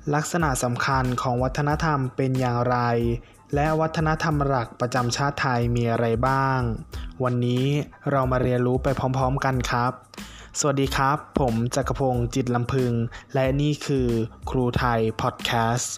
ลักษณะสำคัญของวัฒนธรรมเป็นอย่างไรและวัฒนธรรมหลักประจำชาติไทยมีอะไรบ้างวันนี้เรามาเรียนรู้ไปพร้อมๆกันครับสวัสดีครับผมจักรพงศ์จิตลำพึงและนี่คือครูไทยพอดแคสต์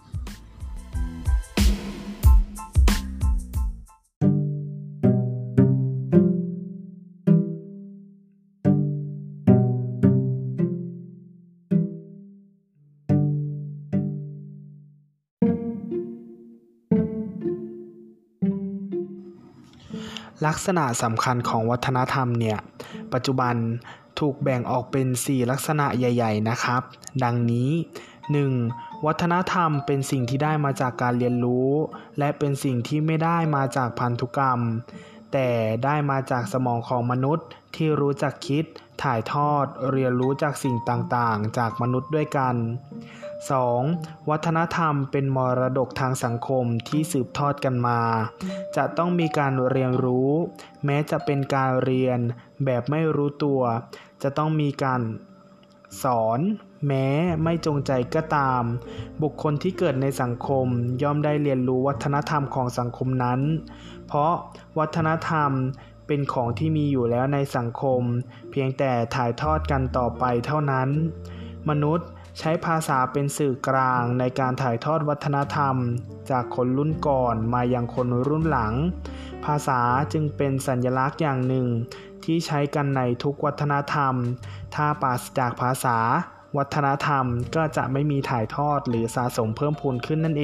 ลักษณะสำคัญของวัฒนธรรมเนี่ยปัจจุบันถูกแบ่งออกเป็น4ลักษณะใหญ่ๆนะครับดังนี้ 1. วัฒนธรรมเป็นสิ่งที่ได้มาจากการเรียนรู้และเป็นสิ่งที่ไม่ได้มาจากพันธุกรรมแต่ได้มาจากสมองของมนุษย์ที่รู้จักคิดถ่ายทอดเรียนรู้จากสิ่งต่างๆจากมนุษย์ด้วยกัน 2. วัฒนธรรมเป็นมรดกทางสังคมที่สืบทอดกันมาจะต้องมีการเรียนรู้แม้จะเป็นการเรียนแบบไม่รู้ตัวจะต้องมีการสอนแม้ไม่จงใจก็ตามบุคคลที่เกิดในสังคมย่อมได้เรียนรู้วัฒนธรรมของสังคมนั้นเพราะวัฒนธรรมเป็นของที่มีอยู่แล้วในสังคมเพียงแต่ถ่ายทอดกันต่อไปเท่านั้นมนุษย์ใช้ภาษาเป็นสื่อกลางในการถ่ายทอดวัฒนธรรมจากคนรุ่นก่อนมายังคนรุ่นหลังภาษาจึงเป็นสัญลักษณ์อย่างหนึ่งที่ใช้กันในทุกวัฒนธรรมถ้าปราศจากภาษาวัฒนธรรมก็จะไม่มีถ่ายทอดหรือสะสมเพิ่มพูนขึ้นนั่นเอง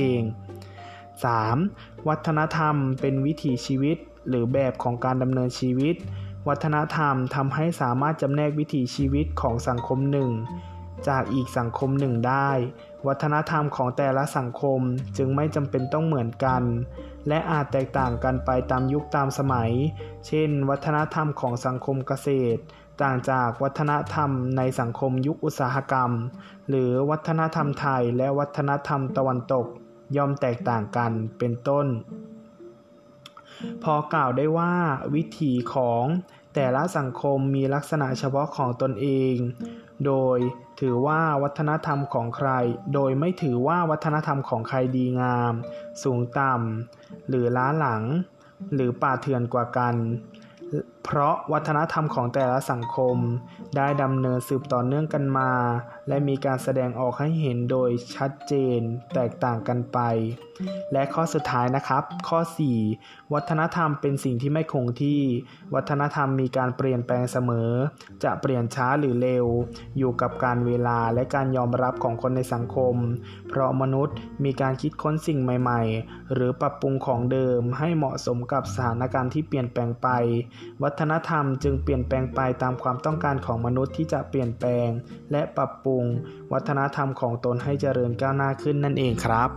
3. วัฒนธรรมเป็นวิถีชีวิตหรือแบบของการดำเนินชีวิตวัฒนธรรมทำให้สามารถจำแนกวิถีชีวิตของสังคมหนึ่งจากอีกสังคมหนึ่งได้วัฒนธรรมของแต่ละสังคมจึงไม่จำเป็นต้องเหมือนกันและอาจแตกต่างกันไปตามยุคตามสมัยเช่นวัฒนธรรมของสังคมเกษตรต่างจากวัฒนธรรมในสังคมยุคอุตสาหกรรมหรือวัฒนธรรมไทยและวัฒนธรรมตะวันตกย่อมแตกต่างกันเป็นต้นพอกล่าวได้ว่าวิถีของแต่ละสังคมมีลักษณะเฉพาะของตนเองโดยถือว่าวัฒนธรรมของใครโดยไม่ถือว่าวัฒนธรรมของใครดีงามสูงต่ำหรือล้าหลังหรือป่าเถื่อนกว่ากันเพราะวัฒนธรรมของแต่ละสังคมได้ดำเนินสืบต่อเนื่องกันมาและมีการแสดงออกให้เห็นโดยชัดเจนแตกต่างกันไปและข้อสุดท้ายนะครับข้อ 4 วัฒนธรรมเป็นสิ่งที่ไม่คงที่วัฒนธรรมมีการเปลี่ยนแปลงเสมอจะเปลี่ยนช้าหรือเร็วอยู่กับการเวลาและการยอมรับของคนในสังคมเพราะมนุษย์มีการคิดค้นสิ่งใหม่ๆหรือปรับปรุงของเดิมให้เหมาะสมกับสถานการณ์ที่เปลี่ยนแปลงไปวัฒนธรรมจึงเปลี่ยนแปลงไปตามความต้องการของมนุษย์ที่จะเปลี่ยนแปลงและปรับปรุงวัฒนธรรมของตนให้เจริญก้าวหน้าขึ้นนั่นเองครับ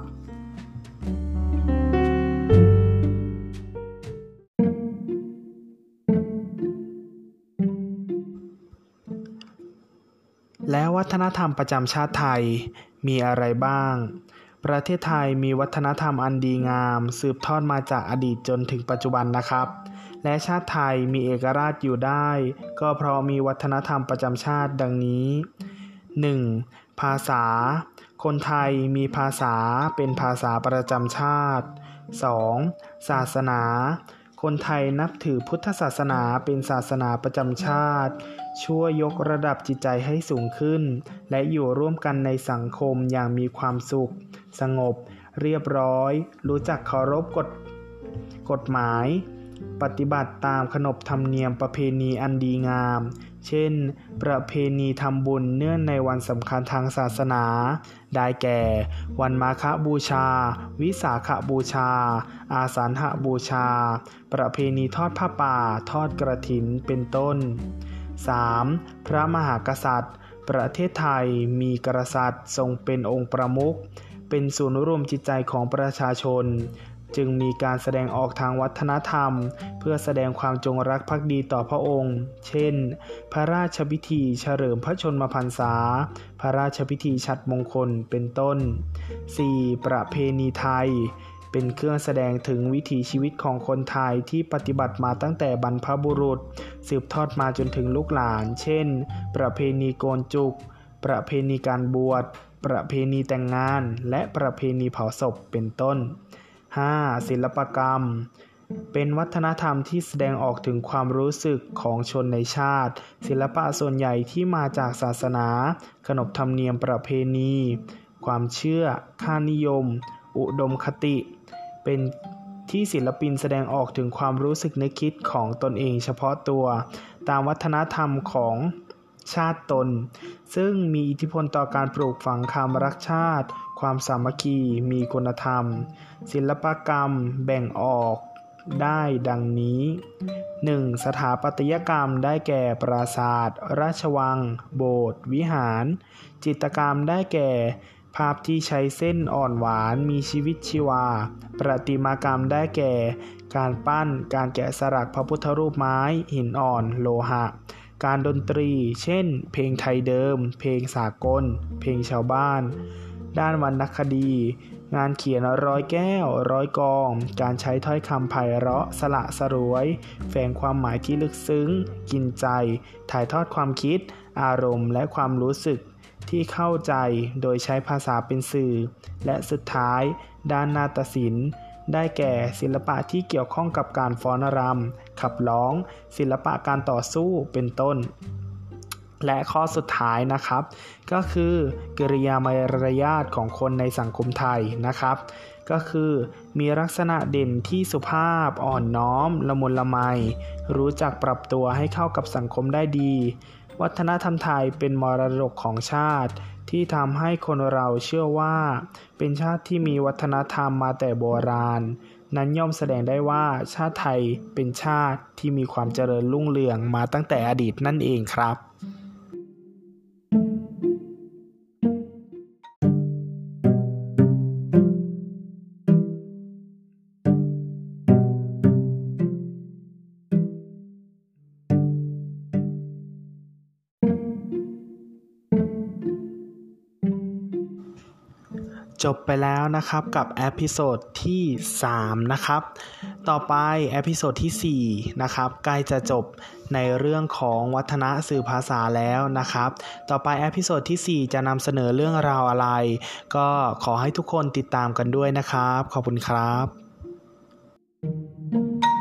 และวัฒนธรรมประจำชาติไทยมีอะไรบ้างประเทศไทยมีวัฒนธรรมอันดีงามสืบทอดมาจากอดีตจนถึงปัจจุบันนะครับและชาติไทยมีเอกราชอยู่ได้ก็เพราะมีวัฒนธรรมประจำชาติดังนี้ 1. ภาษาคนไทยมีภาษาเป็นภาษาประจำชาติ 2. ศาสนาคนไทยนับถือพุทธศาสนาเป็นศาสนาประจำชาติช่วยยกระดับจิตใจให้สูงขึ้นและอยู่ร่วมกันในสังคมอย่างมีความสุขสงบเรียบร้อยรู้จักเคารพกฎหมายปฏิบัติตามขนบธรรมเนียมประเพณีอันดีงามเช่นประเพณีทำบุญเนื่องในวันสำคัญทางศาสนาได้แก่วันมาฆบูชาวิสาขบูชาอาสาฬหบูชาประเพณีทอดผ้าป่าทอดกฐินเป็นต้น 3. พระมหากษัตริย์ประเทศไทยมีกษัตริย์ทรงเป็นองค์ประมุขเป็นศูนย์รวมจิตใจของประชาชนจึงมีการแสดงออกทางวัฒนธรรมเพื่อแสดงความจงรักภักดีต่อพระองค์เช่นพระราชพิธีเฉลิมพระชนมพรรษาพระราชพิธีฉัตรมงคลเป็นต้น 4. ประเพณีไทยเป็นเครื่องแสดงถึงวิถีชีวิตของคนไทยที่ปฏิบัติมาตั้งแต่บรรพบุรุษสืบทอดมาจนถึงลูกหลานเช่นประเพณีโกนจุกประเพณีการบวชประเพณีแต่งงานและประเพณีเผาศพเป็นต้น 5. ศิลปกรรมเป็นวัฒนธรรมที่แสดงออกถึงความรู้สึกของชนในชาติศิลปะส่วนใหญ่ที่มาจากศาสนาขนบธรรมเนียมประเพณีความเชื่อค่านิยมอุดมคติเป็นที่ศิลปินแสดงออกถึงความรู้สึกนึกคิดของตนเองเฉพาะตัวตามวัฒนธรรมของชาติตนซึ่งมีอิทธิพลต่อการปลูกฝังความรักชาติความสามัคคีมีคุณธรรมศิลปกรรมแบ่งออกได้ดังนี้ 1. สถาปัตยกรรมได้แก่ปราสาทราชวังโบสถ์วิหารจิตรกรรมได้แก่ภาพที่ใช้เส้นอ่อนหวานมีชีวิตชีวาประติมากรรมได้แก่การปั้นการแกะสลักพระพุทธรูปไม้หินอ่อนโลหะการดนตรีเช่นเพลงไทยเดิมเพลงสากลเพลงชาวบ้านด้านวรรณคดีงานเขียนร้อยแก้วร้อยกลองการใช้ถ้อยคำไพเราะสละสลวยแฝงความหมายที่ลึกซึ้งกินใจถ่ายทอดความคิดอารมณ์และความรู้สึกที่เข้าใจโดยใช้ภาษาเป็นสื่อและสุดท้ายด้านนาฏศิลป์ได้แก่ศิลปะที่เกี่ยวข้องกับการฟ้อนรำขับร้องศิลปะการต่อสู้เป็นต้นและข้อสุดท้ายนะครับก็คือกิริยามารยาทของคนในสังคมไทยนะครับก็คือมีลักษณะเด่นที่สุภาพอ่อนน้อมละมุนละไมรู้จักปรับตัวให้เข้ากับสังคมได้ดีวัฒนธรรมไทยเป็นมรดกของชาติที่ทำให้คนเราเชื่อว่าเป็นชาติที่มีวัฒนธรรมมาแต่โบราณนั้นย่อมแสดงได้ว่าชาติไทยเป็นชาติที่มีความเจริญรุ่งเรืองมาตั้งแต่อดีตนั่นเองครับจบไปแล้วนะครับกับเอพิโซดที่3นะครับต่อไปเอพิโซดที่4นะครับใกล้จะจบในเรื่องของวัฒนสื่อภาษาแล้วนะครับต่อไปเอพิโซดที่4จะนำเสนอเรื่องราวอะไรก็ขอให้ทุกคนติดตามกันด้วยนะครับขอบคุณครับ